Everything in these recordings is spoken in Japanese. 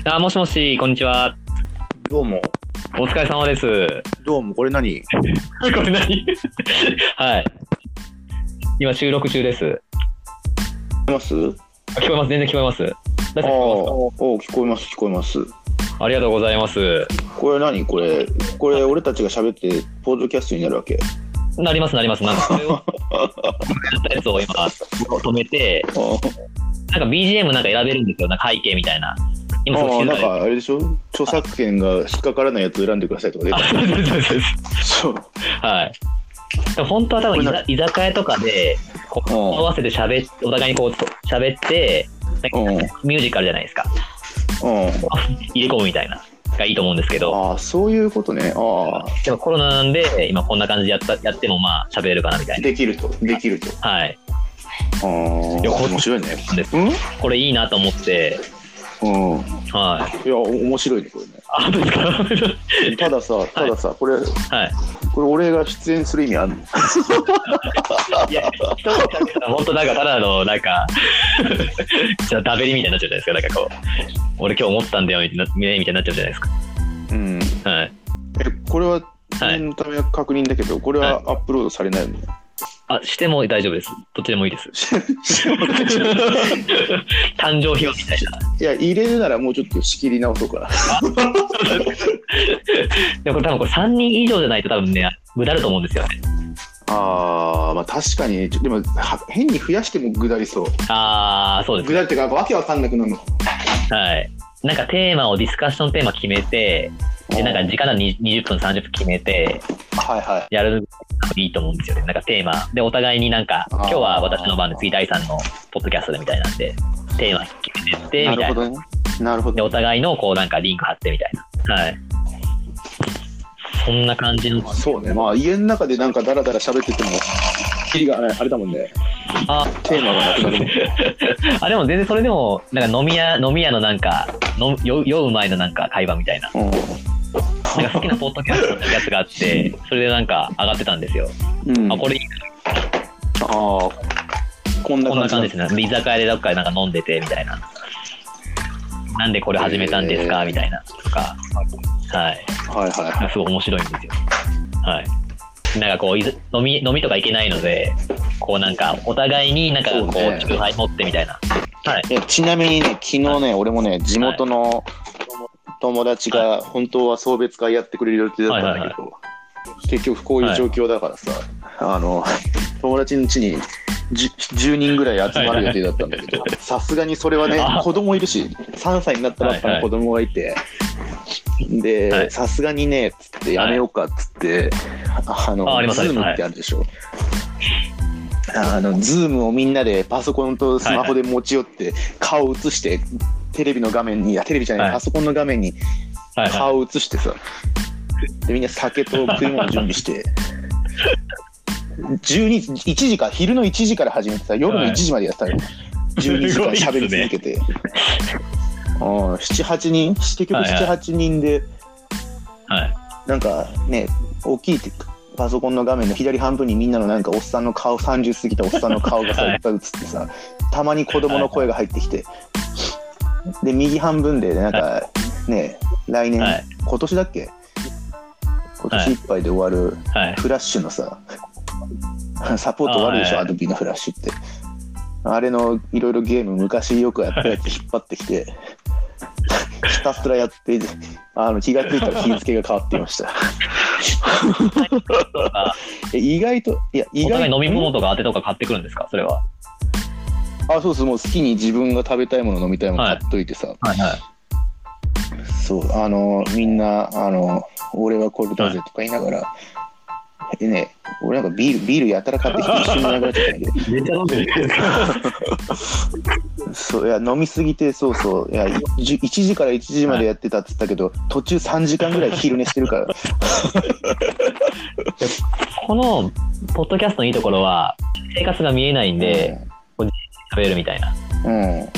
あ、もしもし、こんにちは。 どうも。 お疲れ様です。 どうも、これ何？ これ何はい。今収録中です。 聞こえます？ 聞こえます。全然聞こえます。大丈夫？ 聞こえます、聞こえます。 ありがとうございます。 これ何？これ俺たちが喋ってポッドキャストになるわけ？ なります。なんかそれをやったやつを今止めて、なんか BGM なんか選べるんですよ。なんか背景みたたいな。今なんかあれでしょ？著作権が引っかからないやつ選んでくださいとか出てる。そう。 はい。でも本当は多分居酒屋とかでこう合わせてお互いにこう喋ってミュージカルじゃないですか。入れ込むみたいながいいと思うんですけど。 ああ、そういうことね。 でもコロナなんで今こんな感じでやってもまあ喋れるかなみたいな。 できると。 はい。 いや、面白いね。 これいいなと思って。はい。 いや、面白いねこれね。 あ、どうですか？ たださ、これ俺が出演する意味あるの？ いや、人が本当なんかただのなんかじゃあダベリみたいになっちゃうじゃないですか。なんかこう俺今日思ったんだよみたいになっちゃうじゃないですか。はい。 これは念のため確認だけど、これはアップロードされないの？ あ、しても大丈夫です。どっちでもいいです。誕生日みたいな。 いや、入れるならもうちょっと仕切り直そうかな。 でもこれ多分3人以上じゃないと多分ね、ぐだると思うんですよね。 まあ確かに。でも変に増やしてもぐだりそう。 そうです。 ぐだりってかわけわかんなくなるの。 はい。なんかディスカッションテーマ決めて、でなんか時間が20分30分決めてやるのがいいと思うんですよね。なんかテーマでお互いになんか今日は私の番で次第3のポッドキャストでみたいなんでテーマ決めてってみたいな。 なるほど。 でお互いのこうなんかリンク貼ってみたいな。はい。そんな感じの。 そうね。まあ家の中でなんかダラダラ喋っててもキリがあれだもんね。テーマがなくなるもん。 でも全然それでもなんか飲み屋のなんか酔う前のなんか会話みたいな。なんか好きなポッドキャストのやつがあってそれでなんか上がってたんですよ。これいいな。こんな感じですね。居酒屋でどっかでなんか飲んでてみたいな。なんでこれ始めたんですかみたいなとか。はい。すごい面白いんですよ。はい。なんかこう飲みとかいけないので、こうなんかお互いになんかこうチューハイ持ってみたいな。はい。 ちなみにね、昨日ね、俺もね、地元の友達が本当は送別会やってくれる予定だったんだけど、結局こういう状況だからさ、友達の家に10人ぐらい集まる予定だったんだけど、さすがにそれはね、子供いるし、3歳になったばっかの子供がいて、で、さすがにね、つってやめようかっつって、ズームってあるでしょ。ズームをみんなでパソコンとスマホで持ち寄って顔を映してテレビの画面にパソコンの画面に顔を映してさ、でみんな酒と食い物準備して1時から昼の1時から始めてさ、夜の1時までやったよ。12時間喋り続けて、7,8人結局7,8人で、なんかね、大きいパソコンの画面の左半分にみんなのなんかおっさんの顔、30過ぎたおっさんの顔がさ、いっぱい映ってさ、たまに子供の声が入ってきて、で右半分でなんかね、来年、今年だっけ、今年いっぱいで終わるフラッシュのさ、サポート終わるでしょ、アドビのフラッシュって。あれのいろいろゲーム昔よくやったやつ引っ張ってきてひたすらやって気がついたら日付が変わっていました。意外とお互い飲み物とか当てとか買ってくるんですか、それは？ そうもう好きに自分が食べたいもの飲みたいもの買っといてさ、そうみんな俺はこれだぜとか言いながら、ね、俺なんかビールやたら買ってきて一緒に流れてたんだけどめっちゃ飲んでるじゃないですか。 いや飲みすぎて、いや1時から1時までやってたって言ったけど、途中3時間ぐらい昼寝してるからこのポッドキャストのいいところは生活が見えないんで、食べるみたいな、テ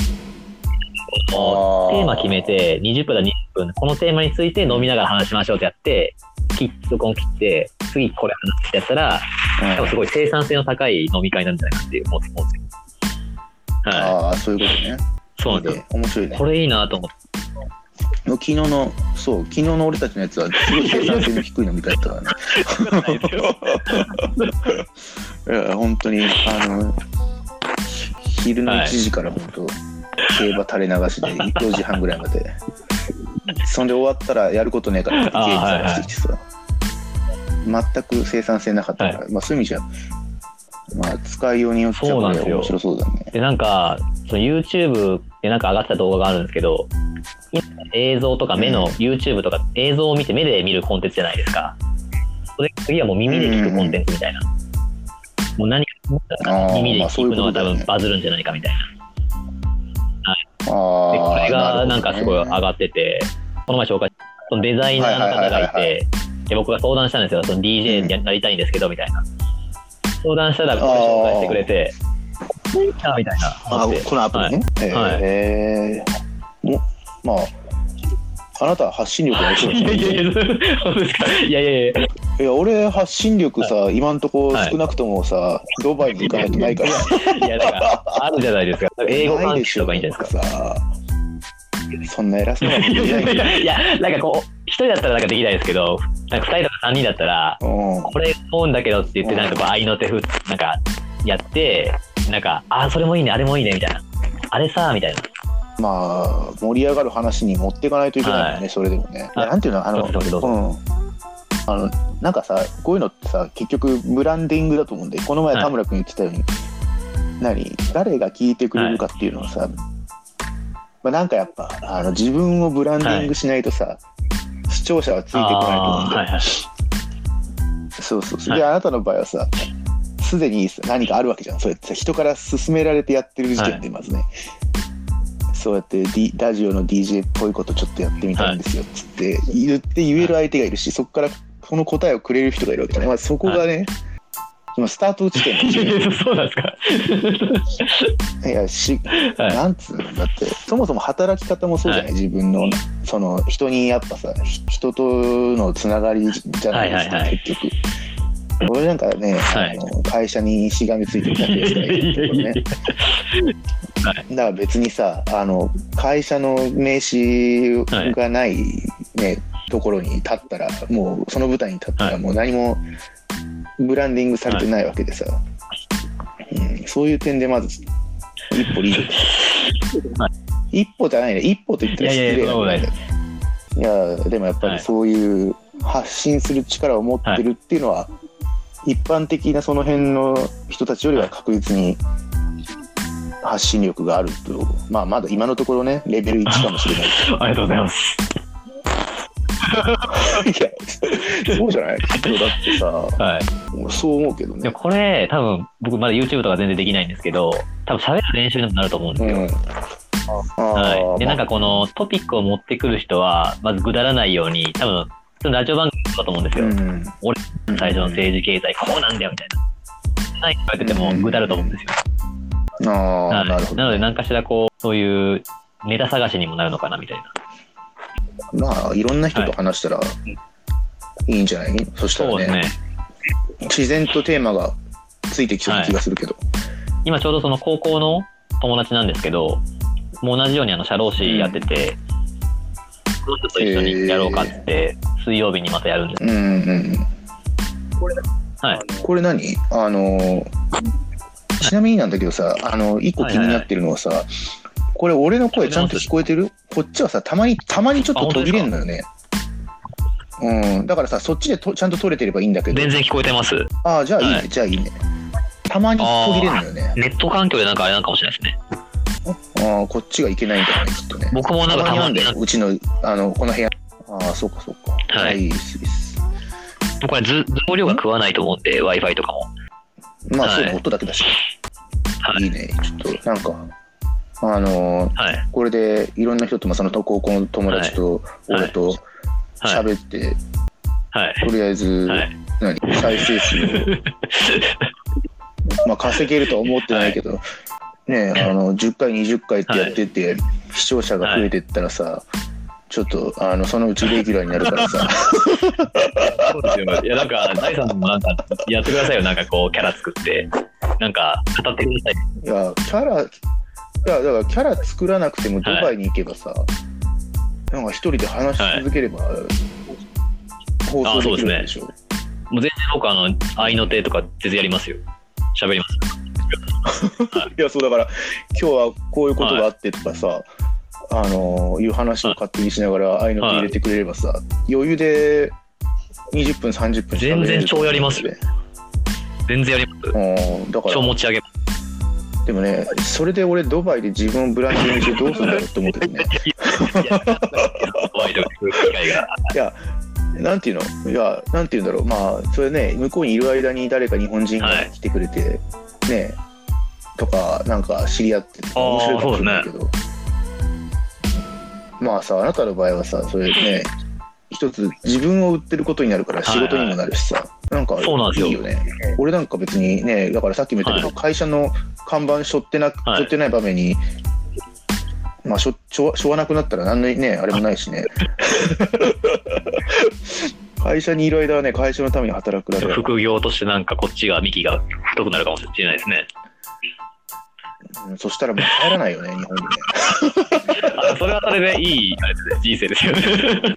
ーマ決めて20分だ20分このテーマについて飲みながら話しましょうってやって録音切って次これ話してやったら、多分すごい生産性の高い飲み会なんじゃないかって思うんですよ。 そういうことね。 そうなんですよ。 面白いね。 これいいなと思って。 昨日の俺たちのやつはすごい生産性の低いのみたいだったからね。いや本当に昼の1時から本当競馬垂れ流しで4時半ぐらいまでそんで終わったらやることねえからってゲーム探してきてさ、全く生産性なかったから、まあそういう意味じゃまあ使いようによってはこれ面白そうだね。 でなんかその YouTube でなんか上がってた動画があるんですけど、今映像とか目の YouTube とか映像を見て目で見るコンテンツじゃないですか。それ次はもう耳で聞くコンテンツみたいな。もう何か耳で聞くのが多分バズるんじゃないかみたいな。はい、でこれがなんかすごい上がってて、この前紹介したそのデザイナーの方がいて、で僕が相談したんですよ。その DJ になりたいんですけどみたいな。相談したらこれ紹介してくれて、みたいな。 このアプリね。まああなたは発信力がそうですね。いや俺発信力さ、今んとこ少なくともさ、ドバイに行かないとないから。 いやだからあるじゃないですか。英語関係とかいいんじゃないですか。 そんな偉そうなこと言えない。 いやなんかこう一人だったらなんかできないですけど、なんか2人とか3人だったら、これ思うんだけどって言ってなんかこう合いの手なんかやってなんかそれもいいねあれもいいねみたいな、あれさみたいな。まあ盛り上がる話に持っていかないといけないよね、それでもね。なんていうのなんかさこういうのってさ結局ブランディングだと思うんで、この前田村君言ってたように、誰が聞いてくれるかっていうのはさ、まあ、なんかやっぱ自分をブランディングしないとさ、視聴者はついてこないと思うんで、そうであなたの場合はさすでに何かあるわけじゃん。そうやって人から勧められてやってる時点でまずね、そうやって、ラジオの DJ っぽいことちょっとやってみたいんですよっつって言える相手がいるし、そこからこの答えをくれる人がいるわけじゃない。まあ、そこがね、今スタート地点なんそうなんですか。 いやなんつうのだってそもそも働き方もそうじゃない、自分のその人にやっぱさ人とのつながりじゃないですか、結局。俺なんかね、会社にしがみついてるだけですからね。だから別にさ会社の名刺がない、ねところに立ったら、もうその舞台に立ったらもう何もブランディングされてないわけでさ、そういう点でまず一歩リード、一歩じゃないね、一歩と言ったら失礼なんだけど、いやでもやっぱりそういう発信する力を持ってるっていうのは、一般的なその辺の人たちよりは確実に発信力があると、まだ今のところねレベル1かもしれない。 ありがとうございます。 いやそうじゃない？だってさ、そう思うけどね。 これ多分僕まだ YouTube とか全然できないんですけど、多分喋る練習になると思うんですよ。でなんかこのトピックを持ってくる人はまずぐだらないように、多分ラジオ番組だと思うんですよ。俺最初の政治経済こうなんだよみたいな。何言われててもぐだると思うんですよ。なるほど。なので何かしらそういうネタ探しにもなるのかなみたいな。 いろんな人と話したらいいんじゃない？そしたらね、自然とテーマがついてきそうな気がするけど、 今ちょうどその高校の友達なんですけど、もう同じように社労士やってて、その人と一緒にやろうかって水曜日にまたやるんです。 これ何？ちなみになんだけどさ、一個気になってるのはさ、これ俺の声ちゃんと聞こえてる？こっちはさたまにちょっと途切れんのよね。だからさそっちでちゃんと撮れてればいいんだけど。 全然聞こえてます。 じゃあいいね、じゃあいいね。たまに途切れんのよね。 ネット環境でなんかあれなんかもしれないですね。 こっちがいけないんだよねきっとね。 僕もなんかたまにうちのこの部屋。そうか。 はい。 いいです。 これ容量が食わないと思うんで Wi-Fi とかも。 そうね、音だけだし。いいね。ちょっとなんか。これでいろんな人とその高校の友達と俺と喋って、とりあえず、再生数を稼げるとは思ってないけど、ね10回20回ってやってて、視聴者が増えてったらさ、ちょっとそのうちレギュラーになるからさ。 そうですよ。いやなんか大さんもなんかやってくださいよ。なんかキャラ作ってなんか語ってください。 いやだからキャラ作らなくてもドバイに行けばさ、 なんか一人で話し続ければ、放送できるでしょ。 もう全然僕愛の手とか全然やりますよ。喋ります。 いや、そうだから今日はこういうことがあってとかさ、いう話を勝手にしながら愛の手入れてくれればさ、余裕で20分30分全然超やりますよ。全然やります。 だから超持ち上げます。 でもね、それで俺ドバイで自分をブランディングしてどうするんだろうって思ってるね。いや、なんていうの、いや、なんていうんだろう、まあそれね、向こうにいる間に誰か日本人が来てくれて、ねとかなんか知り合って面白いかもしれないけど、まあさ、あなたの場合はさ、それね、一つ自分を売ってることになるから仕事にもなるしさ、なんかいいよね。俺なんか別にね、だからさっきも言ったけど、会社の看板背負ってない場面に、まあしょうがなくなったら何のねあれもないしね。会社にいる間はね、会社のために働くだけだ。 副業としてなんかこっちが幹が太くなるかもしれないですね。 そしたらもう帰らないよね、日本にね。 それはそれでいいあれですね、人生ですよね。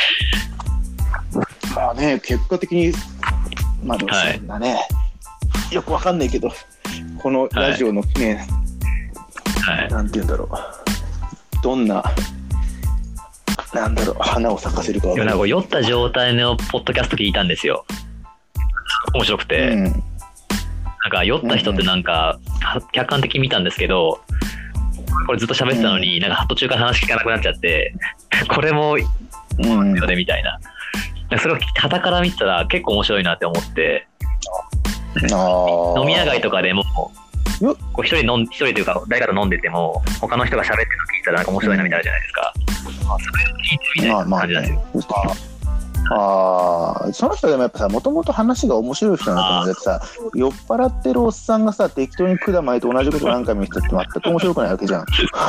まあね、結果的にまあでもそんなね、よくわかんないけど、このラジオのね、なんていうんだろう、どんななんだろう、花を咲かせるか分からない。 酔った状態のポッドキャスト聞いたんですよ。面白くて、なんか酔った人ってなんか客観的に見たんですけど、これずっと喋ってたのに、なんか途中から話聞かなくなっちゃって、これもいいよねみたいな。それを傍から見てたら結構面白いなって思って、飲み屋街とかでもこう一人というか誰かと飲んでても他の人が喋ってるの聞いたらなんか面白いなみたいなじゃないですか。それを聞いてみたいな感じなんですよ。 その人でもやっぱさ、もともと話が面白い人なんだけどさ、酔っ払ってるおっさんがさ適当に管巻いて同じこと何回も言ってたって全く面白くないわけじゃん。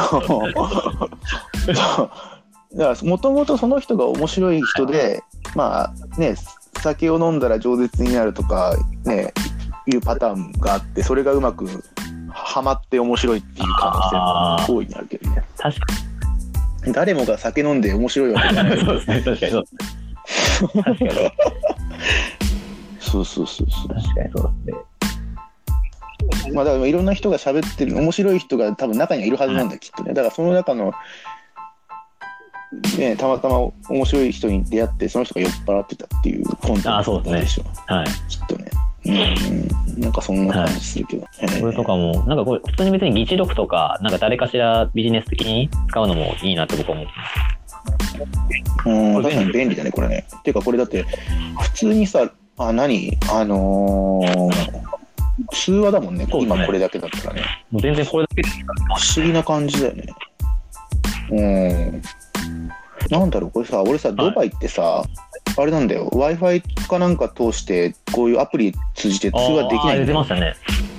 だからもともとその人が面白い人で、まあね、酒を飲んだら饒舌になるとかねいうパターンがあって、それがうまくハマって面白いっていう可能性も大いにあるけどね。 確かに誰もが酒飲んで面白いわけじゃない。 そうですね、確かにそうですね。確かにそう確かにそうですね。 まあだからいろんな人が喋ってる面白い人が多分中にはいるはずなんだ、きっとね。だからその中のね、たまたま面白い人に出会ってその人が酔っ払ってたっていうコンテンツでしょ。 はい。 きっとね。なんかそんな感じするけど。 これとかもなんかこれ普通に別に議事録とかなんか誰かしらビジネス的に使うのもいいなって僕は思ってます。確かに便利だねこれね。っていうかこれだって普通にさ通話だもんね。今これだけだったらね。 もう全然これだけで不思議な感じだよね。なんだろうこれさ、俺さドバイってさ、あれなんだよ、Wi-Fi かなんか通してこういうアプリ通じて通話できないんだよ。 出ましたね。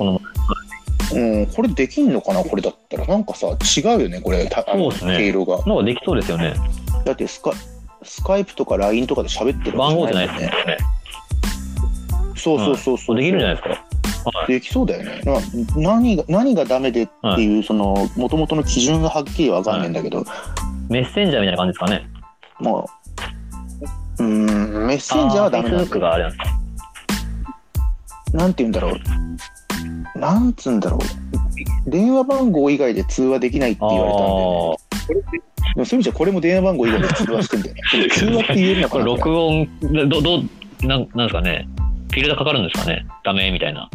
これできんのかなこれだったら。なんかさ違うよねこれ、 そうですね、 経路が。 なんかできそうですよね。 だってスカイプとか LINE とかで喋ってる番号じゃないですね。 そう、 できるんじゃないですか。 できそうだよね。何がダメでっていう、その元々の基準がはっきり分かんないんだけど、 メッセンジャーみたいな感じですかね。 まあメッセンジャーはダメなんだよ。 があれなんですか。 なんて言うんだろう。なんつうんだろう。電話番号以外で通話できないって言われたんだよね。でもそういう意味じゃこれも電話番号以外で通話してんだよね。通話って言えるのかな。 これ録音なんですかね。フィルターかかるんですかね。ダメみたいな。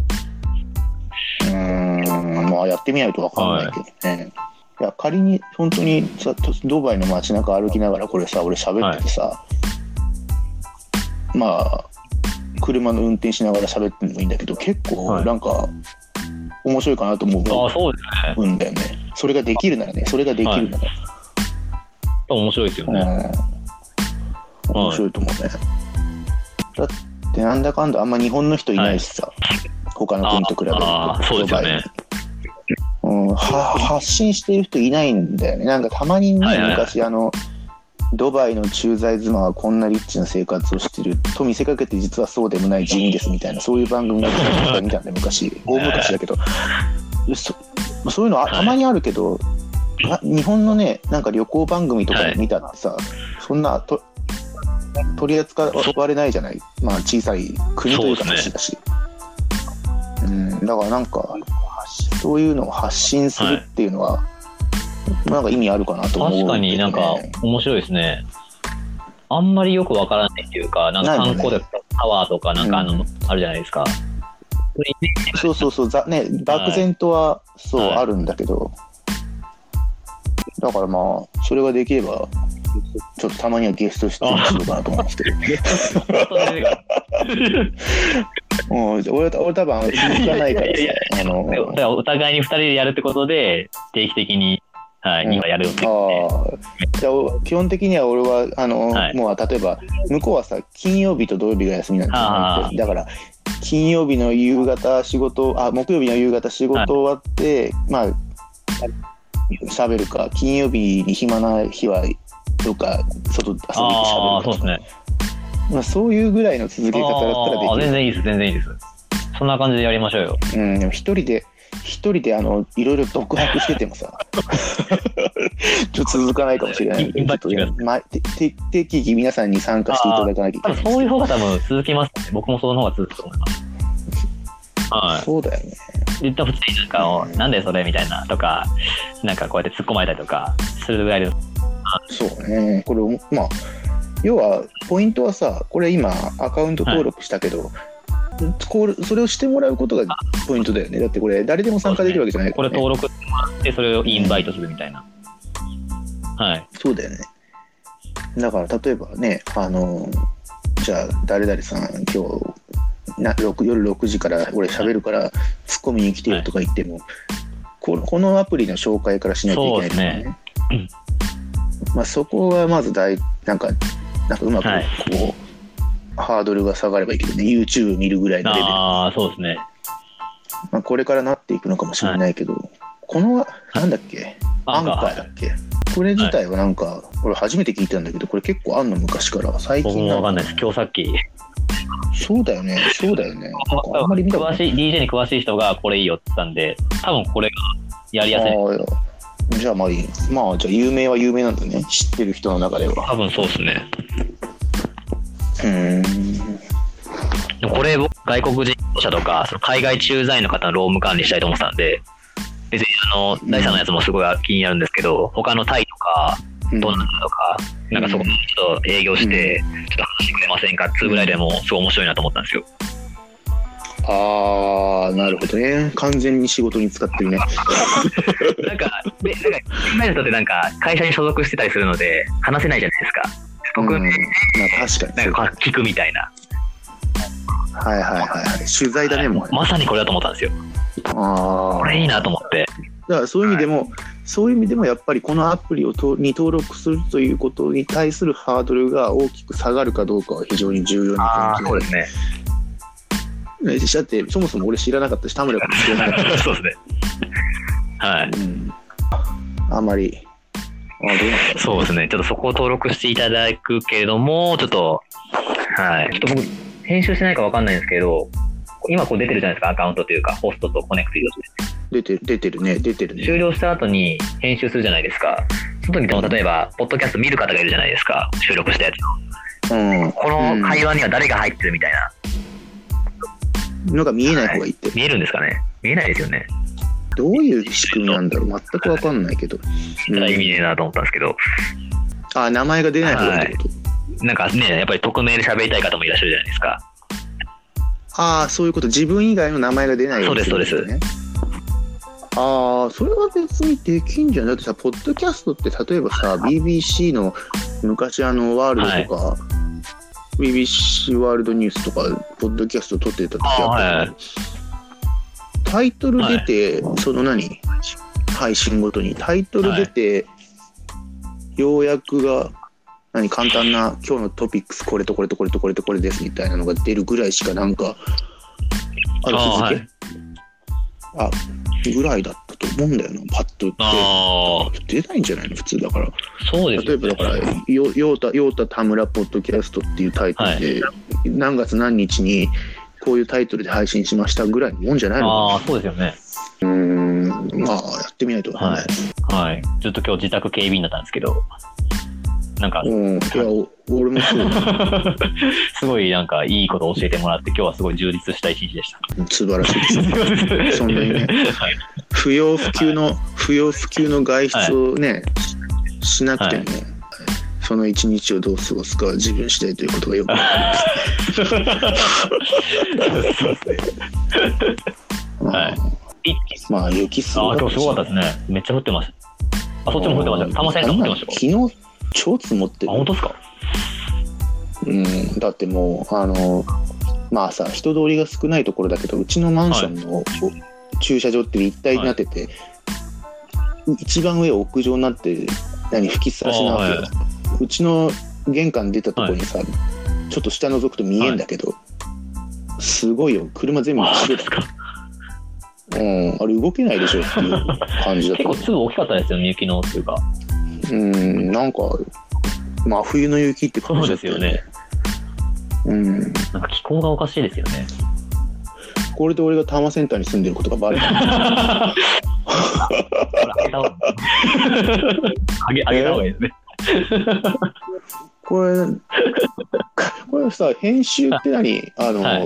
まあやってみないと分かんないけどね。いや仮に本当にさドバイの街中歩きながらこれさ俺喋っててさ、まあ車の運転しながら喋ってもいいんだけど結構なんか面白いかなと思うんだよね。それができるならね。 面白いですよね。 面白いと思うね。だってなんだかんだあんま日本の人いないしさ、他の国と比べると。 そうですよね。 発信している人いないんだよね。なんかたまにね、昔ドバイの駐在妻はこんなリッチな生活をしてると見せかけて実はそうでもない地味ですみたいな、そういう番組を見たんで昔、大昔だけど、そういうのたまにあるけど、 日本のね、なんか旅行番組とか見たってさ、はい、そんな取り扱われないじゃない。まあ小さい国というか話だし。だからなんかそういうのを発信するっていうのは、はい、なんか意味あるかなと思う、ね。 確かになんか面白いですね。あんまりよくわからないっていうか、なんか観光でタワーとかなんかあるじゃないですか。 そう漠然とはそう、はい、あるんだけど、だからまあそれができればちょっとたまにはゲスト出演しようかなと思ってる。俺多分続かないからさ。 お互いに2人でやるってことで定期的に、はい、今やるよってじゃあ基本的には俺ははい、もう例えば向こうはさ金曜日と土曜日が休みなんですよ。だから金曜日の夕方木曜日の夕方仕事終わって、はい、まあ喋るか、金曜日に暇な日はどっか外で遊びに行って喋るか。 そうですね。 まあそういうぐらいの続け方だったらできる。 全然いいです。そんな感じでやりましょうよ。 でも一人でいろいろ独白しててもさちょっと続かないかもしれない。定期皆さんに参加していただかなきゃいけない。 そういう方が多分続きますね。僕もその方が続くと思います。はい。 そうだよね。 言ったら普通になんか、なんでそれみたいなとか、なんかこうやって突っ込まれたりとかするぐらいで。 そうね。これまあ要はポイントはさ、これ今アカウント登録したけど、はい、それをしてもらうことがポイントだよね。だってこれ誰でも参加できるわけじゃないからね。 これ登録してもらってそれをインバイトするみたいな。はい。 そうだよね。だから例えばね、じゃあ誰々さん今日夜6時から俺喋るからツッコミに来てよとか言っても、はい、このアプリの紹介からしないといけないからね。まあそこはまずなんかうまくこう、はい、ハードルが下がればいいけどね。 YouTube 見るぐらいのレベル。 そうですね。 まあ、これからなっていくのかもしれないけど、はい、このなんだっけ、アンカーだっけ、これ自体はなんか、俺初めて聞いたんだけど、これ結構あんの昔から。最近僕もわかんないです。今日さっき。 そうだよね。あんまり見たことない。 DJ に詳しい人がこれいいよって言ったんで、多分これがやりやすい。 じゃあまあいい。まあじゃあ有名は有名なんだね。知ってる人の中では。 多分そうですね。でもこれ外国人者とかその海外駐在員の方の労務管理したいと思ってたんで、別に第3のやつもすごい気になるんですけど、他のタイとかドナツとか、なんかそこにちょっと営業して、ちょっと話してくれませんかっていうぐらいでもすごい面白いなと思ったんですよ。 なるほどね。完全に仕事に使ってるね。 なんか今の人ってなんか会社に所属してたりするので話せないじゃないですか。僕ね、 まあ確かになんか聞くみたいな。 取材だね、もう。 まさにこれだと思ったんですよ。これいいなと思って。 だからそういう意味でもやっぱりこのアプリに登録するということに対するハードルが大きく下がるかどうかは非常に重要なそうですね。 だってそもそも俺知らなかったし、田村君も知らなかったし。 そうですね。はい。 あんまり。 そうですね。ちょっとそこを登録していただくけれども、ちょっと僕編集してないか分かんないんですけど、今こう出てるじゃないですか、アカウントというかホストとコネクトして出てるね。 終了した後に編集するじゃないですか。その時でも例えばポッドキャスト見る方がいるじゃないですか、収録したやつの、この会話には誰が入ってるみたいなのが見えない方がいいって、 見えるんですかね。見えないですよね。 どういう仕組みなんだろう、全く分かんないけど。 意味ねえなと思ったんですけど。 名前が出ない方がいいってこと、 なんかね、やっぱり匿名で喋りたい方もいらっしゃるじゃないですか。 そういうこと。自分以外の名前が出ないようにするんですね。そうです。それは別にできんじゃん。だってさ、ポッドキャストって例えばさ、BBC の昔ワールドとか、BBC ワールドニュースとかポッドキャスト撮ってた時タイトル出て、その配信ごとにタイトル出て、要約が簡単な今日のトピックスこれとこれとこれとこれとこれですみたいなのが出るぐらいしかなんか日付ぐらいだったと思うんだよな、パッとって出ないんじゃないの普通だから。 そうですね。 例えばだからヨータ田村ポッドキャストっていうタイトルで、何月何日にこういうタイトルで配信しましたぐらいのもんじゃないのかな。 そうですよね。 まあやっってみないと分かんないです。 はい。ずっと今日自宅警備員だったんですけど、なんか、 いや、俺もそう。 すごいなんかいいことを教えてもらって、今日はすごい充実した一日でした。 素晴らしいです。そんなにね、はい、不要不急の外出をね、はい、しなくても、はい、その一日をどう過ごすかは自分次第ということがよくわかります。はい。まあ雪すごかったですね。 今日すごかったですね。めっちゃ降ってました。そっちも降ってました。多摩センター降ってました。 昨日超積もってる。 本当ですか？ だってもうまあさ、人通りが少ないところだけど、うちのマンションの駐車場って立体になってて、一番上屋上になって吹きさらしなわけよ。うちの玄関出たところにさ、ちょっと下覗くと見えんだけど、すごいよ、車全部走れた。あれ動けないでしょっていう感じだった。 結構粒大きかったですよね、雪のっていうか。 なんかまあ冬の雪って感じだったよね。 なんか気候がおかしいですよね。 これで俺が多摩センターに住んでることがバレた。 あげた方がいいですね。 これさ、編集って何？はい、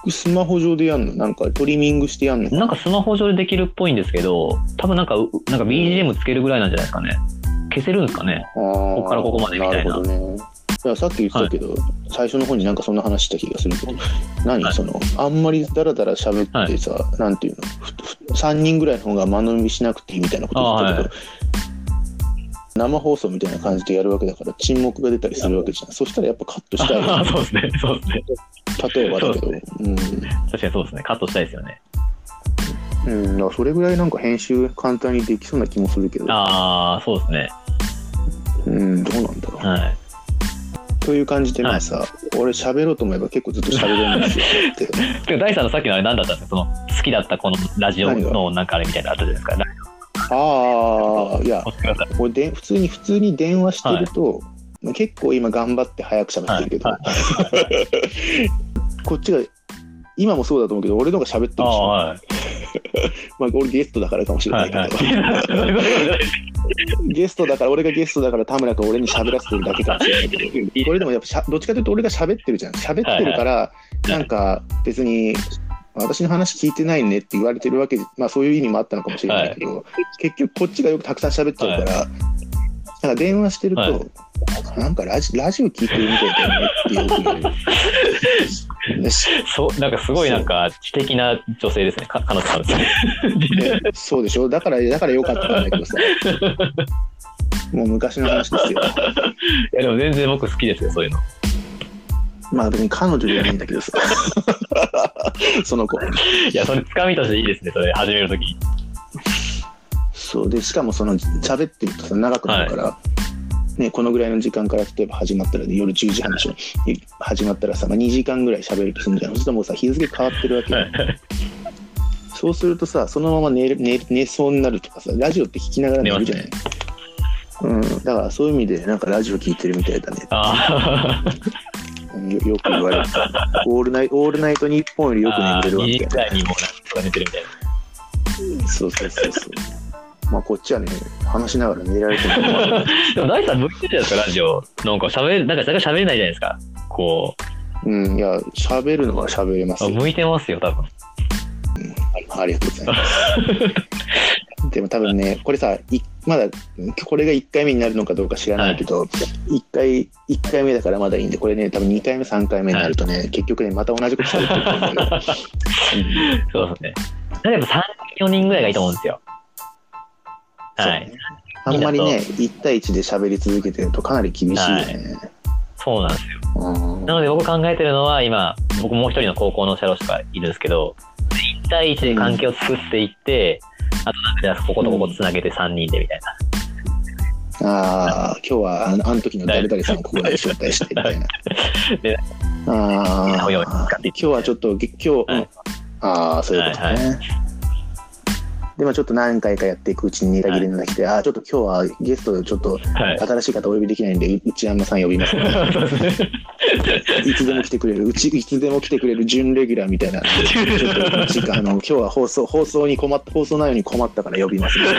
スマホ上でやんの？なんかトリミングしてやんの？ なんかスマホ上でできるっぽいんですけど、多分なんか BGM つけるぐらいなんじゃないですかね。消せるんですかね。ここからここまでみたいな。 なるほどね。いや、さっき言ってたけど、最初の方になんかそんな話した気がするけど、あんまりダラダラ喋ってさ、なんていうの、3人ぐらいの方が間延びしなくていいみたいなこと言ってたけど、生放送みたいな感じでやるわけだから沈黙が出たりするわけじゃん。そしたらやっぱカットしたいよね。 そうですね。 例えばだけど、 確かにそうですね。カットしたいですよね。 だからそれぐらいなんか編集簡単にできそうな気もするけど。 そうですね。 どうなんだろう。はい。という感じで、まあさ、俺喋ろうと思えば結構ずっと喋れるんですよって。 大さんのさっきのあれ何だったんですか？その好きだったこのラジオのなんかあれみたいなのあったじゃないですか。 いや、これ普通に電話してると、結構今頑張って早く喋ってるけど、こっちが今もそうだと思うけど、俺の方が喋ってるし、まあ俺ゲストだからかもしれないけど、俺がゲストだから田村君俺に喋らせてるだけかもしれないけど、これでもやっぱどっちかというと俺が喋ってるじゃん。喋ってるから、なんか別に私の話聞いてないねって言われてるわけで、まあそういう意味もあったのかもしれないけど、結局こっちがよくたくさん喋っちゃうから、なんか電話してると、なんかラジオ聞いてるみたいだよねってよく言われる。 なんかすごいなんか知的な女性ですね、彼女さんですね。 そうでしょ。だからよかったんだけどさ。もう昔の話ですよ。 いやでも全然僕好きですよ、そういうの。 まあ別に彼女じゃないんだけどさ。その子。 いや、それつかみとしていいですね、それ始めるとき。 そうで、しかもその喋ってるとさ長くなるから、ね、このぐらいの時間から例えば始まったら、夜10時半でしょ、始まったらさ、2時間ぐらい喋るとするんじゃん。そしたらもうさ、日付変わってるわけよ。そうするとさ、そのまま寝そうになるとかさ、ラジオって聞きながら寝るじゃない。だからそういう意味でなんかラジオ聞いてるみたいだね。よく言われる。オールナイトニッポンよりよく眠れるわけ。2時ぐらいにもう寝てるみたいな。そう。まあこっちはね、話しながら寝られてる。 でも大さん向いてるじゃないですか、ラジオ。なんか喋れないじゃないですか。こう。いや、喋るのは喋れますよ。 向いてますよ、多分。 ありがとうございます。でも多分ね、これさ、まだこれが1回目になるのかどうか知らないけど、1回目だからまだいいんで、これね、多分2回目、3回目になるとね、結局ね、また同じこと喋ってると思うんだけど。 そうですね。例えば3、4人ぐらいがいいと思うんですよ。はい。 あんまりね、1対1で喋り続けてるとかなり厳しいよね。 そうなんですよ。なので僕考えてるのは、今、僕もう一人の高校の社労士がいるんですけど、1対1で関係を作っていって、あとなんかじゃあこことここつなげて3人でみたいな。今日はあの時の誰々さんをここで招待してみたいな。今日はちょっとそういうことね。 でちょっと何回かやっていくうちにネタ切れになってきて、ちょっと今日はゲストちょっと新しい方お呼びできないんで、内山さん呼びます、ね、いつでも来てくれるいつでも来てくれる準レギュラーみたいな、ちょっと今日は放送内容に困ったから呼びます、ね、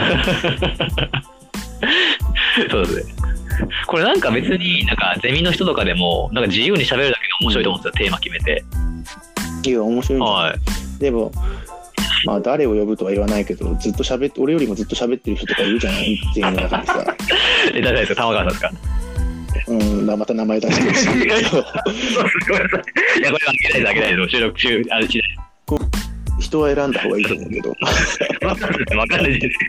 そうですね。これなんか別になんかゼミの人とかでもなんか自由に喋るだけで面白いと思うんですよ、テーマ決めて。 いや面白いんだ、 はい、 でも誰を呼ぶとは言わないけど、ずっと喋って俺よりもずっと喋ってる人とかいるじゃない、ゼミの中にさ。 誰ですか、玉川さんですか。 また名前出してるし。いやこれはあげないです収録中あれしない。 人は選んだ方がいいと思うけど。 わかんないです。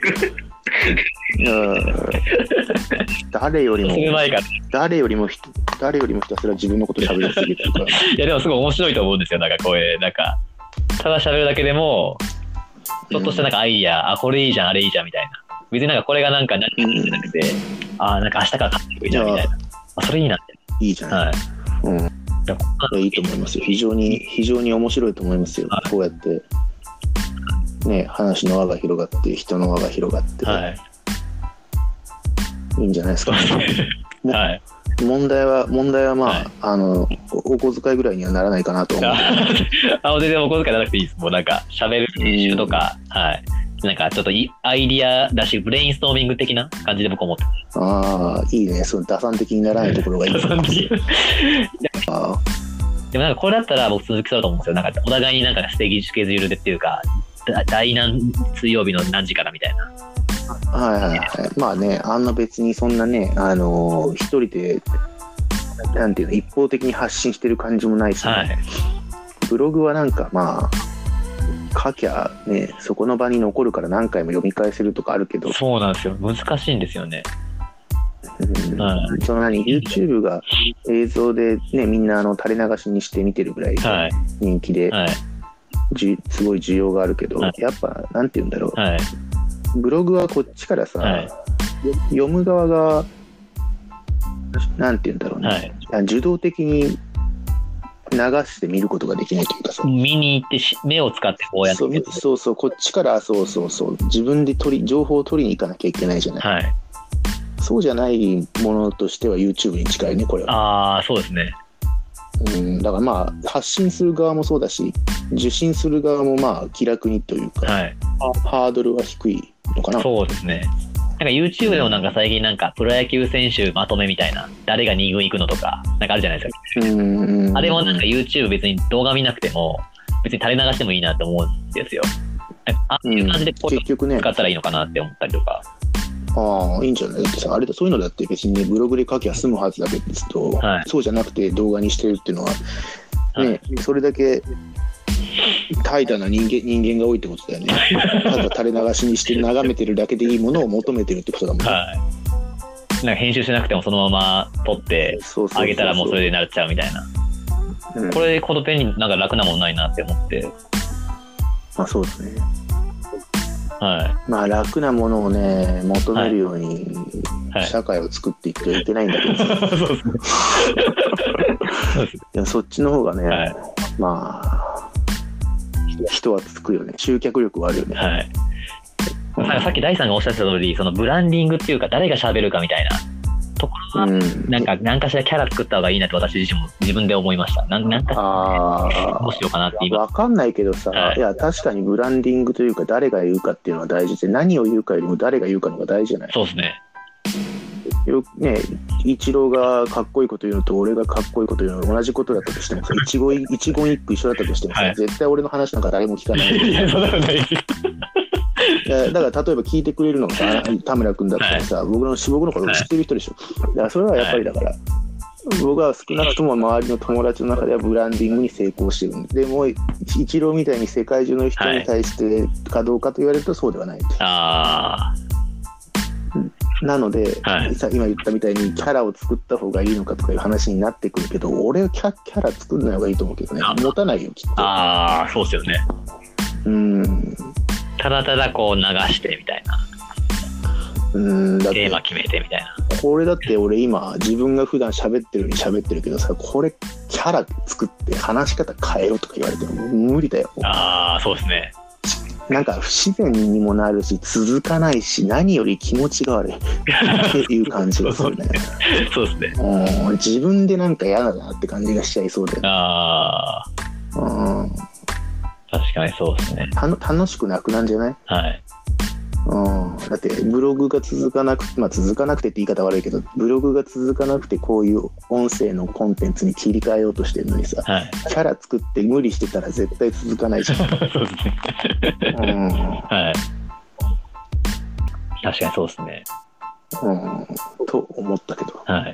誰よりもひたすら自分のこと喋りすぎてるから。いやでもすごい面白いと思うんですよ。なんかこれなんかただ喋るだけでもちょっとしたなんかアイディア、これいいじゃんあれいいじゃんみたいな。別になんかこれがなんか何かじゃなくて、なんか明日から買ってくるじゃんみたいな。それいいなって。 いいじゃん。はい。いいと思いますよ。非常に面白いと思いますよ。はい、こうやってね、話の輪が広がって人の輪が広がって、はい、いいんじゃないですか、ね。はい。問題はお小遣いぐらいにはならないかなと思う。 全然お小遣いならなくていいです。もうなんか喋る練習とか、はい。なんかちょっとアイディアだしブレインストーミング的な感じで僕思ってます。 いいね。その打算的にならないところがいいですね。 でもなんかこれだったら僕続きそうだと思うんですよ。なんかお互いになんかスケジュールでっていうか、第何水曜日の何時からみたいな。 はいはいはい。まあね、別にそんなね、一人でなんていうの一方的に発信してる感じもないし、ね、はい、ブログはなんか書きゃね、そこの場に残るから何回も読み返せるとかあるけど。 そうなんですよ。難しいんですよね。 そのYouTube が映像でね、みんな垂れ流しにして見てるぐらい人気で、はい、すごい需要があるけど、はい、やっぱなんていうんだろう、はい、ブログはこっちからさ、はい、読む側がなんていうんだろうね、はい、受動的に流して見ることができないというかさ、 見に行って目を使ってこうやってそうこっちからそう自分で情報を取りに行かなきゃいけないじゃない、はい、そうじゃないものとしては YouTube に近いね、これは。 そうですね。 だから発信する側もそうだし、受信する側も気楽にというか、はい、ハードルは低いのかな。 そうですね。なんか YouTube でもなんか最近なんかプロ野球選手まとめみたいな、誰が2軍行くのとかなんかあるじゃないですか。あれもなんか YouTube 別に動画見なくても別に垂れ流してもいいなって思うんですよ。ああいう感じでこう使ったらいいのかなって思ったりとか。 いいんじゃない。だってさ、そういうのだって別にね、ブログで書きゃ済むはずだけど、はい、そうじゃなくて動画にしてるっていうのはね、はい、それだけ怠惰な人間が多いってことだよね。ただ垂れ流しにして眺めてるだけでいいものを求めてるってことだもんね。はい、なんか編集しなくてもそのまま撮ってあげたらもうそれでなっちゃうみたいな。これコドペンになんか楽なものないなって思って。 そうですね。 はい、 楽なものをね求めるように社会を作っていってはいけないんだけど、でもそっちの方がね、はい、人はつくよね。集客力はあるよね。はい、 さっき大さんがおっしゃってた通り、そのブランディングっていうか誰が喋るかみたいなところは、なんかしらキャラ作った方がいいなって私自身も自分で思いました。なんかどうしようかなって今。 分かんないけどさ、はい、いや確かにブランディングというか誰が言うかっていうのは大事で、何を言うかよりも誰が言うかの方が大事じゃない。 そうですね。 イチローがかっこいいこと言うのと俺がかっこいいこと言うの同じことだったとしてもさ、一言一句一緒だったとしてもさ、はい、絶対俺の話なんか誰も聞かない。いや、そんなことない。だから例えば聞いてくれるのがさ、田村君だったらさ、はい、僕のこと知ってる人でしょ。だからそれはやっぱりだから、僕は少なくとも周りの友達の中ではブランディングに成功してるんで、もイチローみたいに世界中の人に対してかどうかと言われるとそうではない。なので、はい、今言ったみたいにキャラを作った方がいいのかとかいう話になってくるけど、俺はキャラ作んない方がいいと思うけどね。持たないよきっと。 そうですよね。ただただこう流してみたいな。テーマ決めてみたいな。 これだって俺今自分が普段喋ってるけどさ、これキャラ作って話し方変えろとか言われても無理だよ。 そうですね。 なんか不自然にもなるし続かないし何より気持ちが悪いっていう感じがするね。 そうですね。 自分でなんか嫌だなって感じがしちゃいそうで。 ああ。確かにそうですね。 楽しくなくなんじゃない？ はい。 だってブログが続かなくて、続かなくてって言い方悪いけど、ブログが続かなくてこういう音声のコンテンツに切り替えようとしてるのにさ、 はい、 キャラ作って無理してたら絶対続かないじゃん。そうですね。はい。確かにそうですね。 と思ったけど。 はい。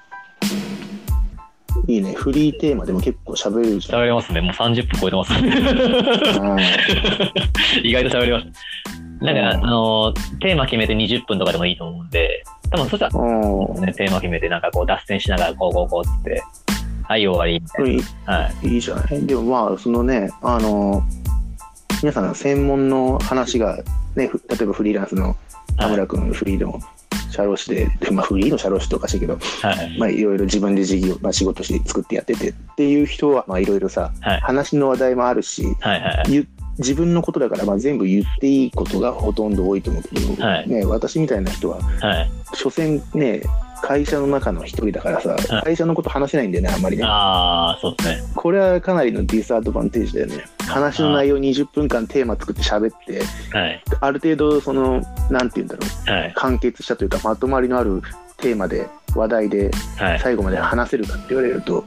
いいね、フリーテーマでも結構喋れるじゃん。 喋れますね。もう30分超えてますね。意外と喋れます。なんかテーマ決めて20分とかでもいいと思うんで、多分そしたら、ね、テーマ決めてなんかこう脱線しながらこうって、はい終わりみたいな。はい。 いいじゃない。でもそのね、皆さん専門の話がね、例えばフリーランスの田村君、フリーの社労士で、フリーの社労士とかしいけど、いろいろ自分で事業、仕事して作ってやっててっていう人はいろいろさ、話の話題もあるし、自分のことだから全部言っていいことがほとんど多いと思うけど、ね、私みたいな人は、所詮ね、会社の中の一人だからさ、会社のこと話せないんだよね、あんまりね。 そうですね。 これはかなりのディスアドバンテージだよね。話の内容20分間テーマ作って喋って、ある程度なんて言うんだろう、完結したというかまとまりのあるテーマで話題で最後まで話せるかって言われると、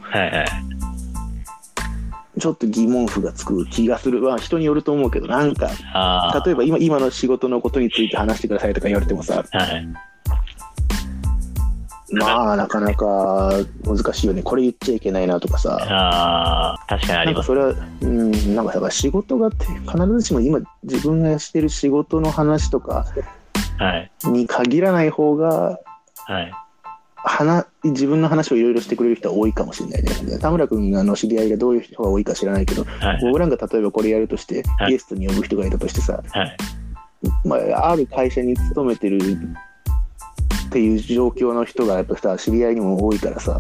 ちょっと疑問符がつく気がする。人によると思うけど、なんか例えば今の仕事のことについて話してくださいとか言われてもさ、なかなか難しいよね。これ言っちゃいけないなとかさ。 確かにあります。 なんかそれはなんかだから仕事が必ずしも今自分がしてる仕事の話とかに限らない方が、自分の話をいろいろしてくれる人は多いかもしれないね。田村君の知り合いがどういう人が多いか知らないけど、僕なんか例えばこれやるとして、ゲストに呼ぶ人がいたとしてさ、ある会社に勤めてるっていう状況の人がやっぱさ、知り合いにも多いからさ、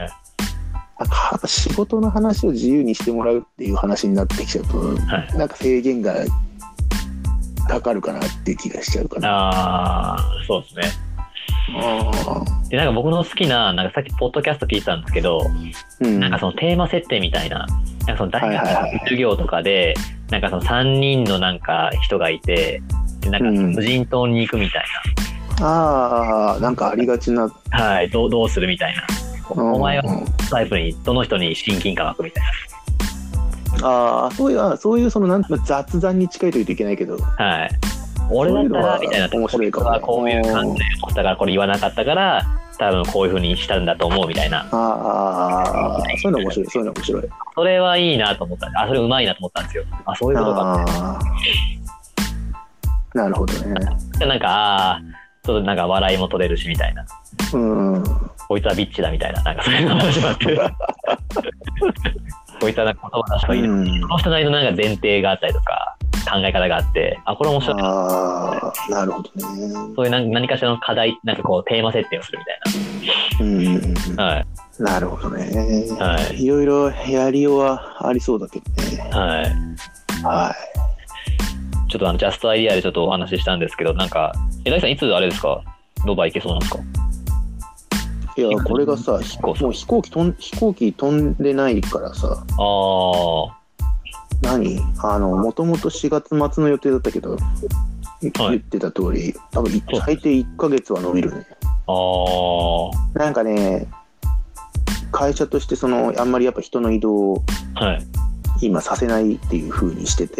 仕事の話を自由にしてもらうっていう話になってきちゃうと、なんか制限がかかるかなっていう気がしちゃうかな。 そうですね。でなんか僕の好きな、なんかさっきポッドキャスト聞いてたんですけど、なんかそのテーマ設定みたいな、なんかその大学の授業とかで、なんかその3人のなんか人がいて、なんか無人島に行くみたいな。なんかありがちな。 どうするみたいな。お前はタイプにどの人に親近感湧くみたいな。そういう雑談に近いと言うといけないけど。 俺だったらみたいな、 面白いかもね。 こういう感じで思ったからこれ言わなかったから多分こういう風にしたんだと思うみたいな。 そういうの面白い。 それはいいなと思ったんで、それうまいなと思ったんですよ。そういうことかって。 なるほどね。 なんかちょっとなんか笑いも取れるしみたいな。こいつはビッチだみたいな、なんかそういうのが始まってこいつはなんか言葉出した方がいいな。その人なりのなんか前提があったりとか考え方があって、これ面白いなるほどね。 そういう何かしらの課題、なんかこうテーマ設定をするみたいな。 なるほどね。いろいろやりようはありそうだけどね。 ちょっとジャストアイディアでちょっとお話ししたんですけど、なんか大さんいつあれですか、ドバイ行けそうなんですか？ いや、これがさ、もう飛行機飛んでないからさ。もともと4月末の予定だったけど、言ってた通り、多分最低1ヶ月は伸びるね。なんかね、会社としてあんまりやっぱ人の移動を今させないっていう風にしてて、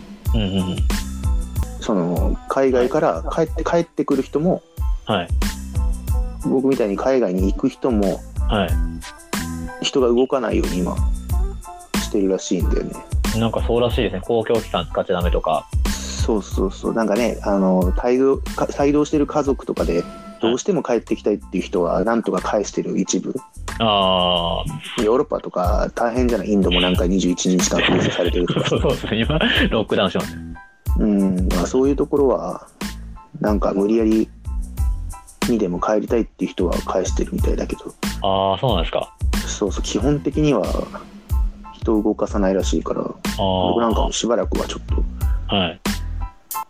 海外から帰ってくる人も、僕みたいに海外に行く人も、人が動かないように今してるらしいんだよね。 なんかそうらしいですね。公共機関使っちゃダメとか。 そうなんかね、帯同してる家族とかでどうしても帰ってきたいっていう人はなんとか返してる一部。ヨーロッパとか大変じゃない？インドもなんか21日間封鎖されてるとか。 そうですね。今ロックダウンしますね。 そういうところはなんか無理やりにでも帰りたいっていう人は返してるみたいだけど。 そうなんですか。 基本的には人を動かさないらしいから、僕なんかもしばらくはちょっと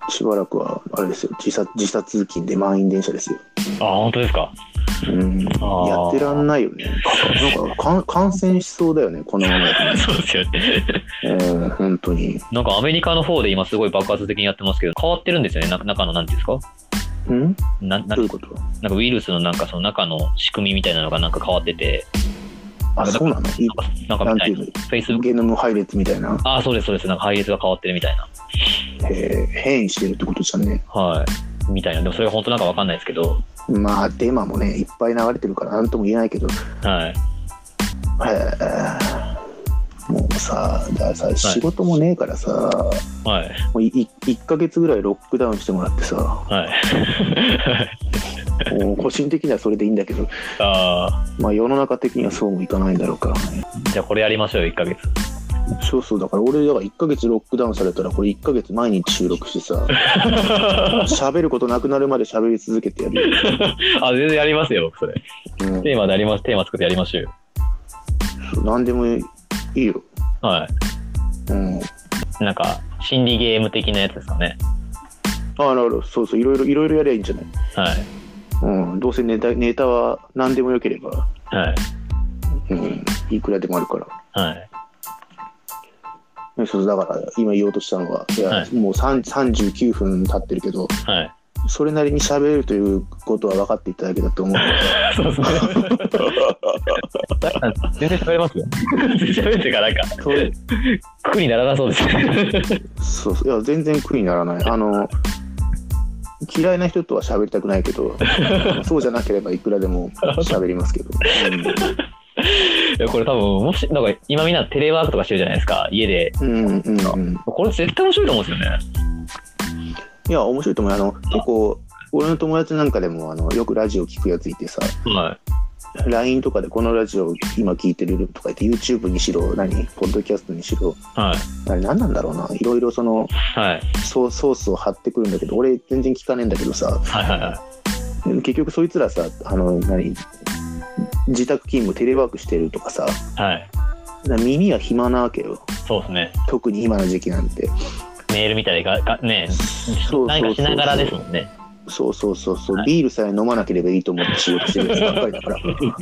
しばらくはあれですよ、時差通勤で満員電車ですよ。 本当ですか。 やってらんないよね。なんか感染しそうだよね、このままだと、ね。 そうですよね。 本当に。 なんかアメリカの方で今すごい爆発的にやってますけど、変わってるんですよね、中のなんていうんですか。 どういうこと？ なんかウイルスのなんかその中の仕組みみたいなのがなんか変わってて。 そうなの？ なんていうの？ Facebook ゲノム配列みたいな。 そうです。なんか配列が変わってるみたいな。 変異してるってことじゃんね。 はい。みたいな。でもそれが本当なんかわかんないですけど。 まあデマもねいっぱい流れてるからなんとも言えないけど。 はい。 もうさ、だからさ、仕事もねえからさ、もう1ヶ月ぐらいロックダウンしてもらってさ、もう個人的にはそれでいいんだけど、まあ世の中的にはそうもいかないんだろうからね。 じゃあこれやりましょうよ、1ヶ月。 そうだから俺1ヶ月ロックダウンされたらこれ1ヶ月毎日収録してさ喋ることなくなるまで喋り続けてやるよ。 全然やりますよ僕それ、テーマ作ってやりましょうよ。 何でもいいよ。 なんか心理ゲーム的なやつですかね。 なるほど。そういろいろやりゃいいんじゃない。どうせネタは何でもよければ、いくらでもあるから。だから今言おうとしたのは、もう39分経ってるけど、それなりに喋れるということは分かっていただけだと思うので。 そうですね。全然喋れますよ。喋ってからなんか苦にならなそうですね。 いや全然苦にならない。嫌いな人とは喋りたくないけど、そうじゃなければいくらでも喋りますけど。 いやこれ多分もしなんか今みんなテレワークとかしてるじゃないですか、家で。これ絶対面白いと思うんですよね。 いや面白いと思う。結構俺の友達なんかでもよくラジオ聞くやついてさ、LINE とかでこのラジオ今聞いてるとか言って YouTube にしろポッドキャストにしろ、あれ何なんだろうな、いろいろソースを貼ってくるんだけど俺全然聞かねえんだけどさ、結局そいつらさ自宅勤務テレワークしてるとかさ、耳は暇なわけよ。 そうですね。 特に今の時期なんてメールみたいなね、何かしながらですもんね。 そう、ビールさえ飲まなければいいと思って仕事してるやつばっかりだから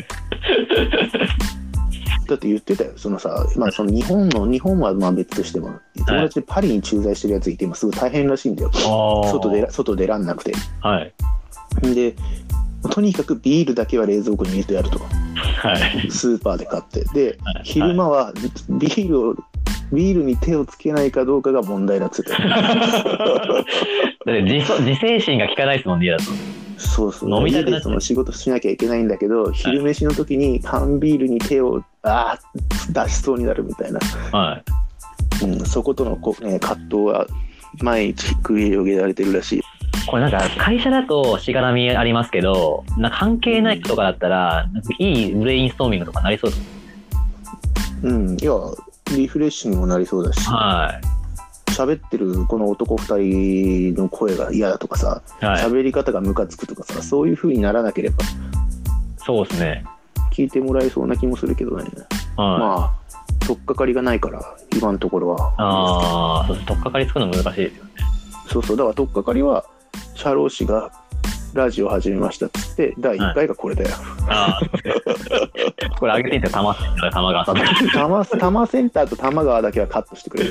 だって言ってたよ、そのさ、その日本はまあ別としても友達でパリに駐在してるやついて今すごい大変らしいんだよ。外出らんなくて、でとにかくビールだけは冷蔵庫に入れてやると、スーパーで買ってで、昼間はビールに手をつけないかどうかが問題だっつってだって自制心が効かないですもんね、家だと。飲みたくなって仕事しなきゃいけないんだけど、昼飯の時に缶ビールに手を出しそうになるみたいな、そことの葛藤は毎日繰り広げられてるらしい。 これなんか会社だとしがらみありますけど、なんか関係ない人とかだったらなんかいいブレインストーミングとかなりそうです。 いやリフレッシュにもなりそうだし、喋ってるこの男2人の声が嫌だとかさ、喋り方がムカつくとかさ、そういう風にならなければそうですね、 聞いてもらえそうな気もするけどね。まあ取っかかりがないから今のところは。 そう取っかかりつくの難しいですよね。 だから取っかかりは社労士がラジオ始めましたっつって第1回がこれだよ。 これ上げていいんですよ、玉川さん。 多摩センターと玉川だけはカットしてくれる。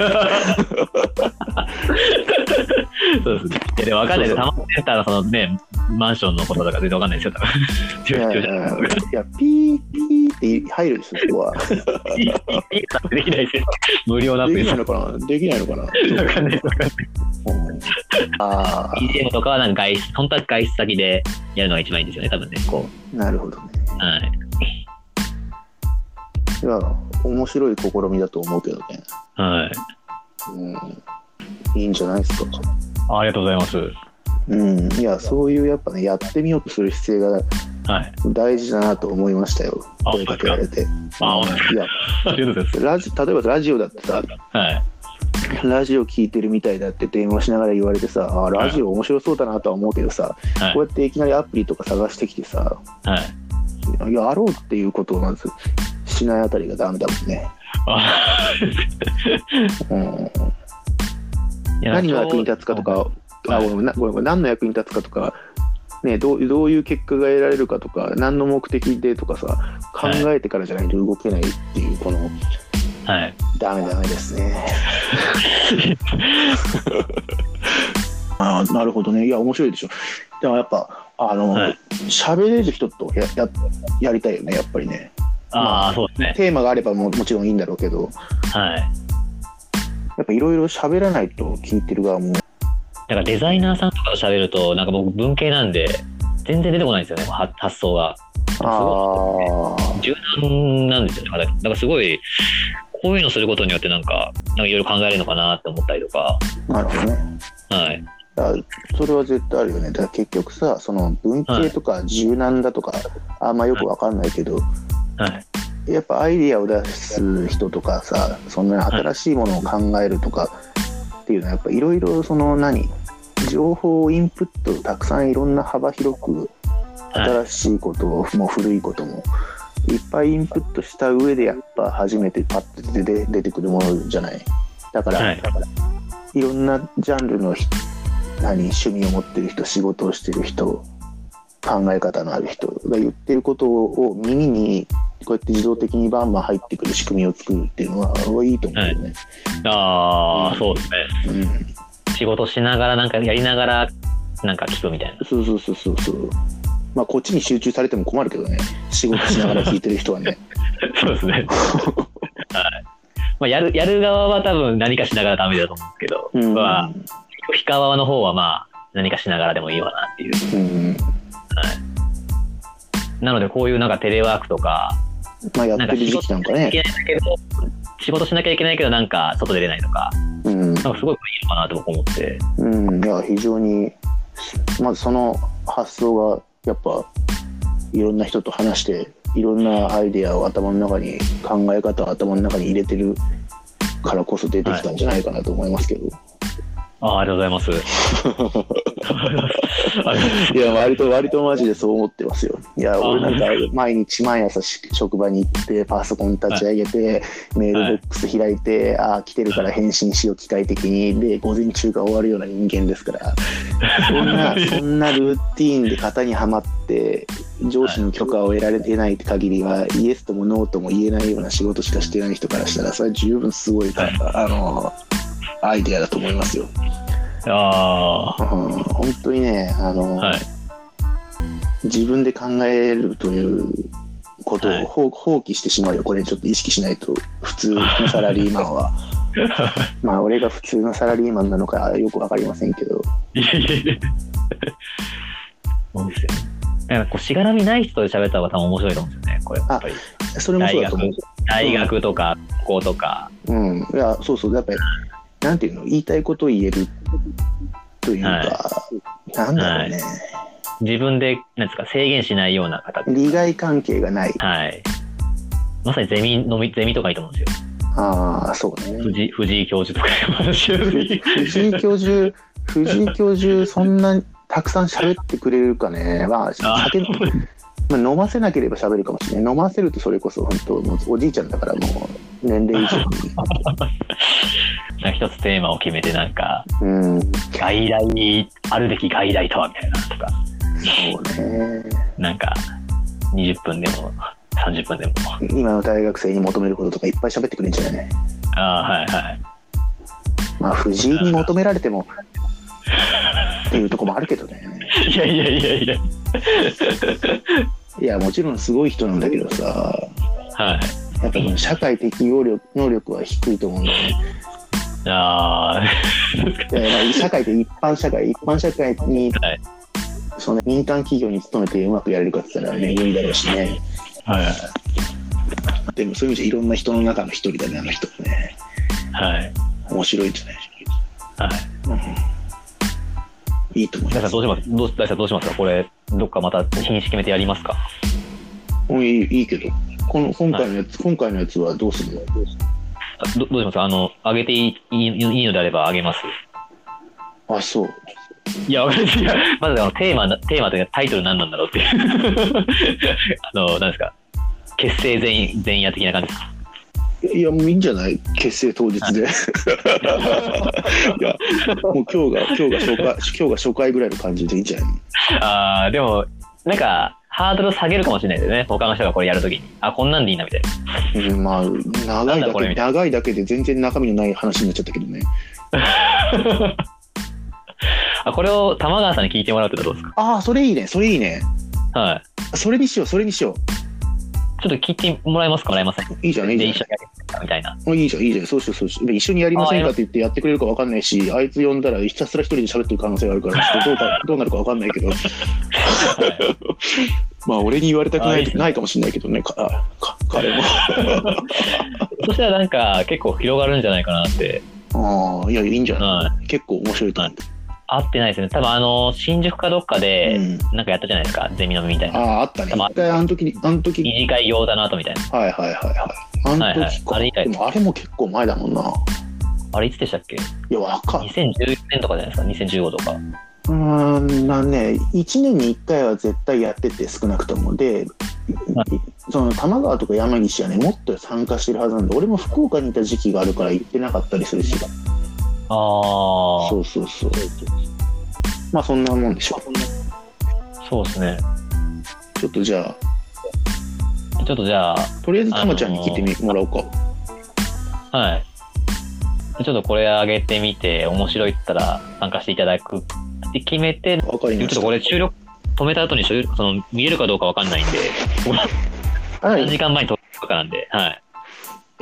そうですね。でも分かんないです。多摩センターのそのねマンションのこととか全然分かんないですよ。 いやピーって入るでしょ、そこは。 ピーできないですよ。無料なできないのかな。分かんない。 BGM とかはなんか本当は外出先でやるのが一番いいんですよね、多分ね。 なるほどね。いや面白い試みだと思うけどね。いいんじゃないですか。 ありがとうございます。 いやそういうやっぱねやってみようとする姿勢が大事だなと思いましたよ。声かけられて。いや例えばラジオだってさ、ラジオ聞いてるみたいだって電話しながら言われてさ、ラジオ面白そうだなとは思うけどさ、こうやっていきなりアプリとか探してきてさ、やろうっていうことをまずしないあたりがダメだもんね。何が役に立つかとか何の役に立つかとか、ね、どういう結果が得られるかとか、何の目的でとかさ、考えてからじゃないと動けないっていう、この、 はい、 ダメですね。なるほどね。いや、面白いでしょ。でもやっぱ、喋れる人とやりたいよね、やっぱりね。 そうですね。 テーマがあればもちろんいいんだろうけど、 はい。 やっぱいろいろ喋らないと聞いてる側も。 だからデザイナーさんとかと喋ると、なんか僕文系なんで、全然出てこないんですよね、発想が。柔軟なんですよね。だからすごい、こういうのすることによってなんかいろいろ考えるのかなって思ったりとか。 なるほどね。 はい。 それは絶対あるよね。だから結局さ、その文系とか柔軟だとか、あんまよくわかんないけど、 はい、 やっぱアイディアを出す人とかさ、そんな新しいものを考えるとかっていうのはやっぱいろいろその情報インプットたくさんいろんな幅広く新しいことも古いこともいっぱいインプットした上でやっぱ初めてパッと出てくるものじゃない。だから、いろんなジャンルの趣味を持ってる人、仕事をしてる人、考え方のある人が言ってることを耳にこうやって自動的にバンバン入ってくる仕組みを作るっていうのはいいと思うよね。 そうですね。仕事しながらなんかやりながらなんか聞くみたいな。 そう。まあこっちに集中されても困るけどね。仕事しながら聞いてる人はね。 そうですね。はい。まあやる側は多分何かしながらダメだと思うんですけど、聞く側の方はまあ何かしながらでもいいわなっていう。はい。なのでこういうなんかテレワークとか、 まあやってる時期なんかね。 仕事しなきゃいけないけどなんか外出れないとか、なんかすごいいいのかなと僕思って。 いや非常にまずその発想がやっぱいろんな人と話していろんなアイデアを頭の中に考え方を頭の中に入れてるからこそ出てきたんじゃないかなと思いますけど。 ありがとうございます。 いや割とマジでそう思ってますよ。いや俺なんか毎朝職場に行ってパソコン立ち上げて、メールボックス開いて、来てるから返信しよう機械的にで午前中が終わるような人間ですから、そんなルーティーンで型にはまって上司の許可を得られてない限りはイエスともノーとも言えないような仕事しかしてない人からしたらそれは十分すごいアイデアだと思いますよ。本当にね自分で考えるということを放棄してしまうよ。これちょっと意識しないと普通のサラリーマンはまあ俺が普通のサラリーマンなのかよく分かりませんけど。 そうですよね。なんかこうしがらみない人で喋った方が多分面白いと思うんですよね。これやっぱりそれもそうだと思う。 大学とか高校とか。 いやそうやっぱりなんていうの言いたいことを言えるというか、なんだろうね。 自分でなんですか制限しないような形。 利害関係がない。 まさにゼミとかいいと思うんですよ。 そうね。 藤井教授とか藤井教授そんなたくさん喋ってくれるかね。飲ませなければ喋るかもしれない。飲ませるとそれこそ本当もうおじいちゃんだからもう年齢以上に一つテーマを決めてなんか、外来にあるべき外来とはみたいなとか。 そうね。 なんか20分でも30分でも今の大学生に求めることとかいっぱい喋ってくれるんじゃない。まあ藤井に求められてもっていうところもあるけどね。いやもちろんすごい人なんだけどさ、やっぱこの社会適応能力は低いと思うんだよね。社会って一般社会に、その民間企業に勤めてうまくやれるかって言ったらね無理だろうしね。でもそういう意味じゃいろんな人の中の一人だね、あの人もね。面白いんじゃない。いいと思います。 大さんどうしますかこれ。どっかまた日にち決めてやりますか。 いいけど今回のやつはどうするの。 どうしますか。上げていいのであれば上げます。 そう。 いやまずテーマというかタイトル何なんだろうっていう何ですか結成前夜的な感じですか。 いやもういいんじゃない、結成当日で。いやもう今日が初回ぐらいの感じでいいんじゃない。 でもなんかハードル下げるかもしれないですね、他の人がこれやるときに。こんなんでいいなみたいな。 まあ長いだけで全然中身のない話になっちゃったけどね。 これを玉川さんに聞いてもらうってどうですか。 それいいね。 はい。 それにしよう。 ちょっと聞いてもらえますか。もらえません。 いいじゃん。 で一緒にやりますかみたいな。 いいじゃん。そうしよう。一緒にやりませんかって言ってやってくれるか分かんないし、あいつ呼んだらひたすら一人で喋ってる可能性があるから、どうなるか分かんないけど。まあ俺に言われたくないかもしれないけどね、彼も。 そしたらなんか結構広がるんじゃないかなって。 いやいいんじゃない。結構面白いと思う。 合ってないですね。多分新宿かどっかでなんかやったじゃないですか、ゼミ飲みみたいな。 あったね。一回あの時二次会餃子の後みたいな。 はい。あの時か。でもあれも結構前だもんな。 あれいつでしたっけ。 いやわかんない。 2014年とかじゃないですか。2015とか。 1年に1回は絶対やってて、少なくともで、その玉川とか山岸はねもっと参加してるはずなんで、俺も福岡にいた時期があるから行ってなかったりするし。そう。まあそんなもんでしょ。 そうですね。 ちょっとじゃあとりあえずたまちゃんに聞いてもらおうか。 はい。ちょっとこれ上げてみて面白いって言ったら参加していただくって決めて、ちょっとこれ収録止めた後にその見えるかどうかわかんないんで、3時間前に撮るかなんで、はい。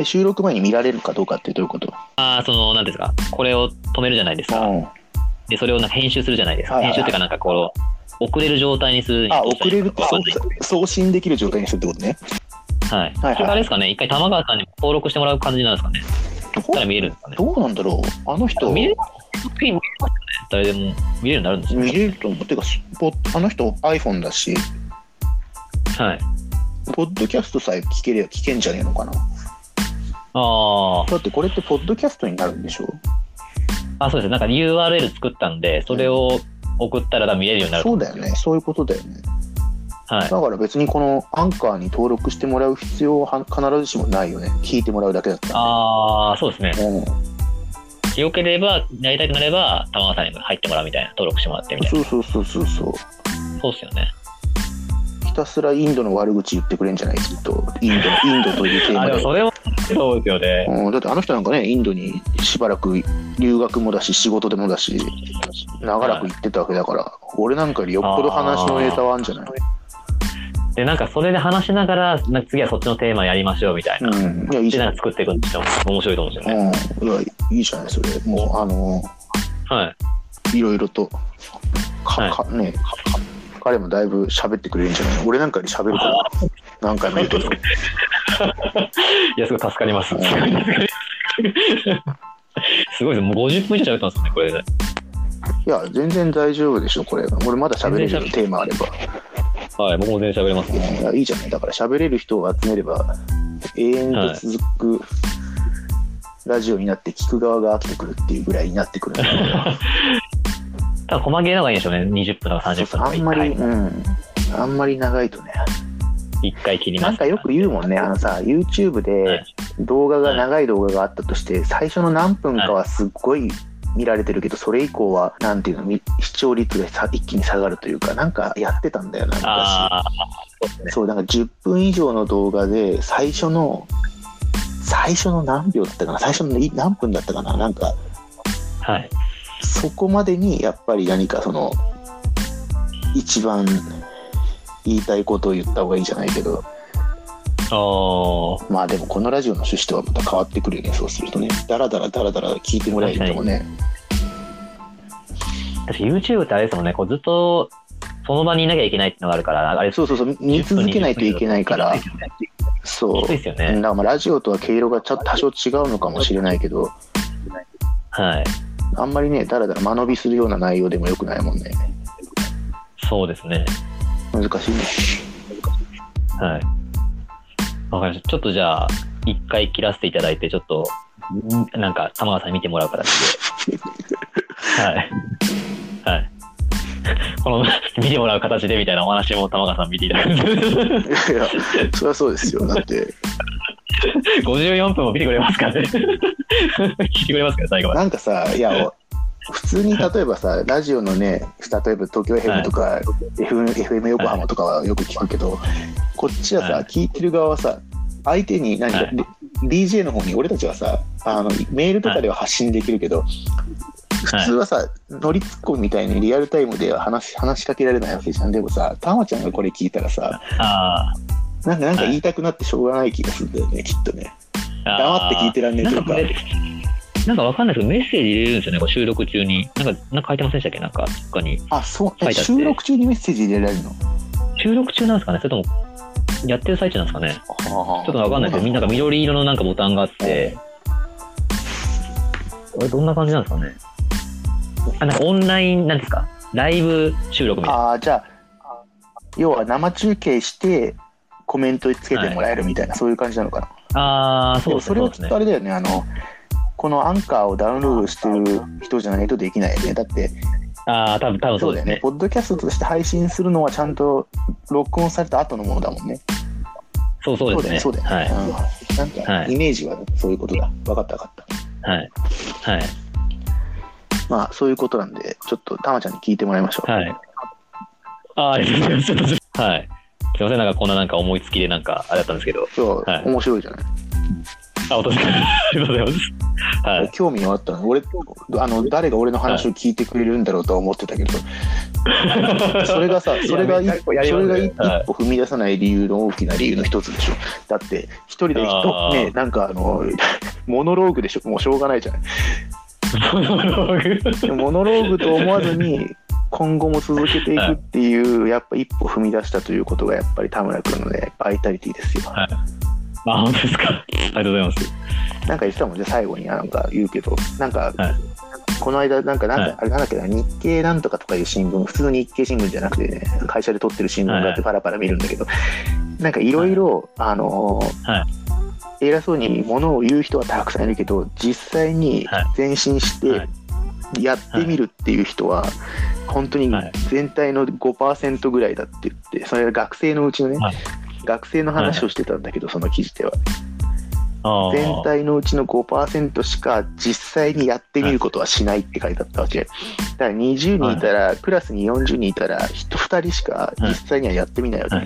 収録前に見られるかどうかってどういうこと？ なんですか、これを止めるじゃないですか。でそれを編集するじゃないですか。編集っていうかなんかこう送れる状態にするに。 送れるって送信できる状態にするってことね。 はい。それあれですかね。一回玉川さんに登録してもらう感じなんですかね。そしたら見えるんですかね。 どうなんだろう。あの人見れますよね。誰でも見れるようになるんですよ。 見れると思う。てかあの人 iPhone だし。 はい。 ポッドキャストさえ聞けんじゃねえのかな。だってこれってポッドキャストになるんでしょ。 そうです。なんか URL 作ったんで、それを送ったら見れるようになる。 そうだよね。そういうことだよね。 はい。 だから別にこのアンカーに登録してもらう必要は必ずしもないよね。聞いてもらうだけだったら、 そうですね。よければやりたくなれば玉川さんに入ってもらうみたいな、登録してもらってみたいな。そうですよね。 ひたすらインドの悪口言ってくれんじゃないずっとインドというテーマで。 でもそれもそうですよね。 だってあの人なんかね、インドにしばらく留学もだし仕事でもだし長らく行ってたわけだから、俺なんかよりよっぽど話のネタはあるんじゃない。 でなんかそれで話しながら次はそっちのテーマやりましょうみたいな。 いやいいじゃない。 作っていくんですよ。面白いと思うんですよね。 いやいいじゃないそれ。もういろいろと彼もだいぶ喋ってくれるんじゃない。俺なんかより喋るから何回も言うけど。いやすごい助かります。すごいです。もう50分以上喋ってますねこれで。 いや全然大丈夫でしょこれ。俺まだ喋れるテーマあれば。 はい、僕も全然喋れますね。 いやいいじゃない。だから喋れる人を集めれば永遠と続くラジオになって聞く側が飽きてくるっていうぐらいになってくる。 ただ細切れの方がいいでしょうね。20分とか30分とか。 あんまり長いとね。 一回切ります。 なんかよく言うもんね。YouTube で長い動画があったとして、最初の何分かはすっごい見られてるけど、それ以降はなんていうの視聴率が一気に下がるというか、なんかやってたんだよな昔。そう、なんか10分以上の動画で最初の何秒だったかな、最初の何分だったかな、なんか、そこまでにやっぱり何かその一番言いたいことを言った方がいいじゃないけど、まあでもこのラジオの趣旨とはまた変わってくるよね。そうするとね、ダラダラ聞いてもらえるともね。 私 YouTube ってあれですもんね、こうずっとその場にいなきゃいけないっていうのがあるから、あれそう見続けないといけないから、そうですよね。 だからまあラジオとは毛色が多少違うのかもしれないけど、あんまりねダラダラ間延びするような内容でもよくないもんね。 そうですね。 難しいね。 わかりました。ちょっとじゃあ一回切らせていただいて、ちょっとなんか玉川さんに見てもらう形でこの見てもらう形でみたいなお話も玉川さん見ていただく。 いやそりゃそうですよ。だって 54分も見てくれますかね。聞いてくれますかね、最後まで。 なんかさ、いや、普通に例えばさ、ラジオのね、例えば東京 FM とか、はい、FM 横浜とかはよく聞くけど、はい、こっちはさ、はい、聞いてる側はさ、相手に何か、はい、DJ の方に俺たちはさ、メールとかでは発信できるけど、はい、普通はさ、ノリツッコミみたいにリアルタイムでは話しかけられないわけじゃん。でもさ、たまちゃんがこれ聞いたらさ、なんか言いたくなってしょうがない気がするんだよね、きっとね。黙って聞いてらんねえとか。 なんかわかんないですけど、メッセージ入れるんですよね、こう収録中に。なんか書いてませんでしたっけ、なんか他に。 そう、収録中にメッセージ入れられるの？ 収録中なんですかね、それともやってる最中なんですかね。ちょっとわかんないですけど、みんなが緑色のなんかボタンがあって、これどんな感じなんですかね。なんかオンラインなんですか、ライブ収録みたいな。 じゃあ要は生中継してコメントつけてもらえるみたいな、はい、そういう感じなのかな。 そうですね。 それはきっとあれだよね、このアンカーをダウンロードしてる人じゃないとできないよね。だって多分そうですね。 ポッドキャストとして配信するのはちゃんと録音された後のものだもんね。 そうですね。 そうだよね。はい、なんかイメージはそういうことだ。分かった。 はいはい。 まあそういうことなんで、ちょっとたまちゃんに聞いてもらいましょう。 はい。ありがとうございます。はい。すいません、なんかこんななんか思いつきでなんかあれだったんですけど。 そう、はい、面白いじゃない。 私ありがとうございます。はい。 興味はあったの。俺誰が俺の話を聞いてくれるんだろうとは思ってたけど、はい、それが一歩踏み出さない理由の大きな理由の一つでしょ。だって一人でね、なんかモノローグでしょ、もうしょうがないじゃない。モノローグと思わずに今後も続けていくっていう、やっぱ一歩踏み出したということがやっぱり田村君のねバイタリティですよ。 はい。本当ですか。ありがとうございます。 なんか言ってたもんね、最後になんか言うけど、なんか、はい、この間なんか、はい、あれなんだっけな、日経なんとかとかいう新聞、普通の日経新聞じゃなくてね、会社で撮ってる新聞があってパラパラ見るんだけど、はい、なんかいろいろ偉そうに物を言う人はたくさんいるけど、実際に前進してやってみるっていう人は本当に全体の 5% ぐらいだって言って、それが学生のうちのね、はい、学生の話をしてたんだけど、その記事では全体のうちの 5% しか実際にやってみることはしないって書いてあったわけ。だから20人いたら、クラスに40人いたら2人しか実際にはやってみないわけ、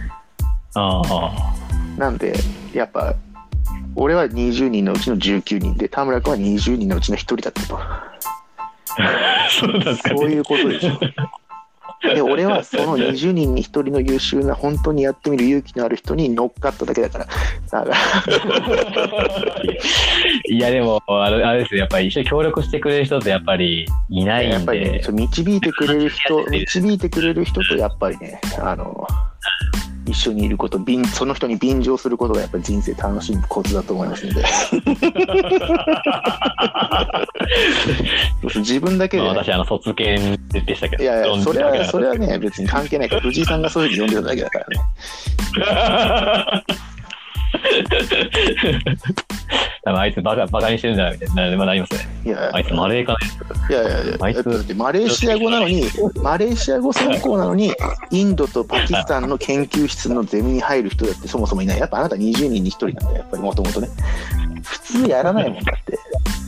なんでやっぱ俺は20人のうちの19人で、田村君は20人のうちの1人だったと。そういうことでしょ。で俺はその20人に1人の優秀な本当にやってみる勇気のある人に乗っかっただけだから。 いやでもあれですよ、やっぱり一緒に協力してくれる人ってやっぱりいないんで、やっぱり、ね、 導いてくれる人とやっぱりね、一緒にいること、その人に便乗することがやっぱり人生楽しむコツだと思いますので。自分だけで、ね、 私卒検でしたけど、 いやそれはね別に関係ないから、藤井さんがそういうふうに呼んでただけだからね。 多分あいつバカにしてるんじゃないみたいななりますね。 いやあいつマレーかね。 いやだってマレーシア語なのに、マレーシア語専攻なのにインドとパキスタンの研究室のゼミに入る人だってそもそもいない。やっぱあなた20人に1人なんだよ、やっぱりもともとね。普通やらないもんだって。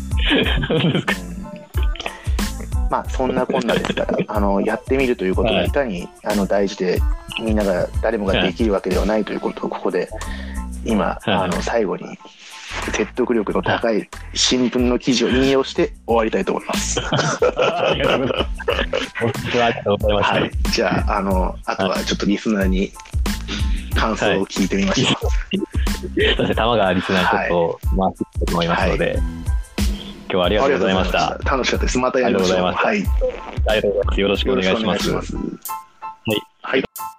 まあそんなこんなですからやってみるということがいかに大事で、みんなが誰もができるわけではないということをここで今最後に説得力の高い新聞の記事を引用して終わりたいと思います。ありがとうございます。はい、じゃああとはちょっとリスナーに感想を聞いてみましょう。 そして玉川リスナーちょっと回していきたいと思いますので、今日はありがとうございました。 楽しかったです。またやりましょう。 はい。ありがとうございます。よろしくお願いします。 はい。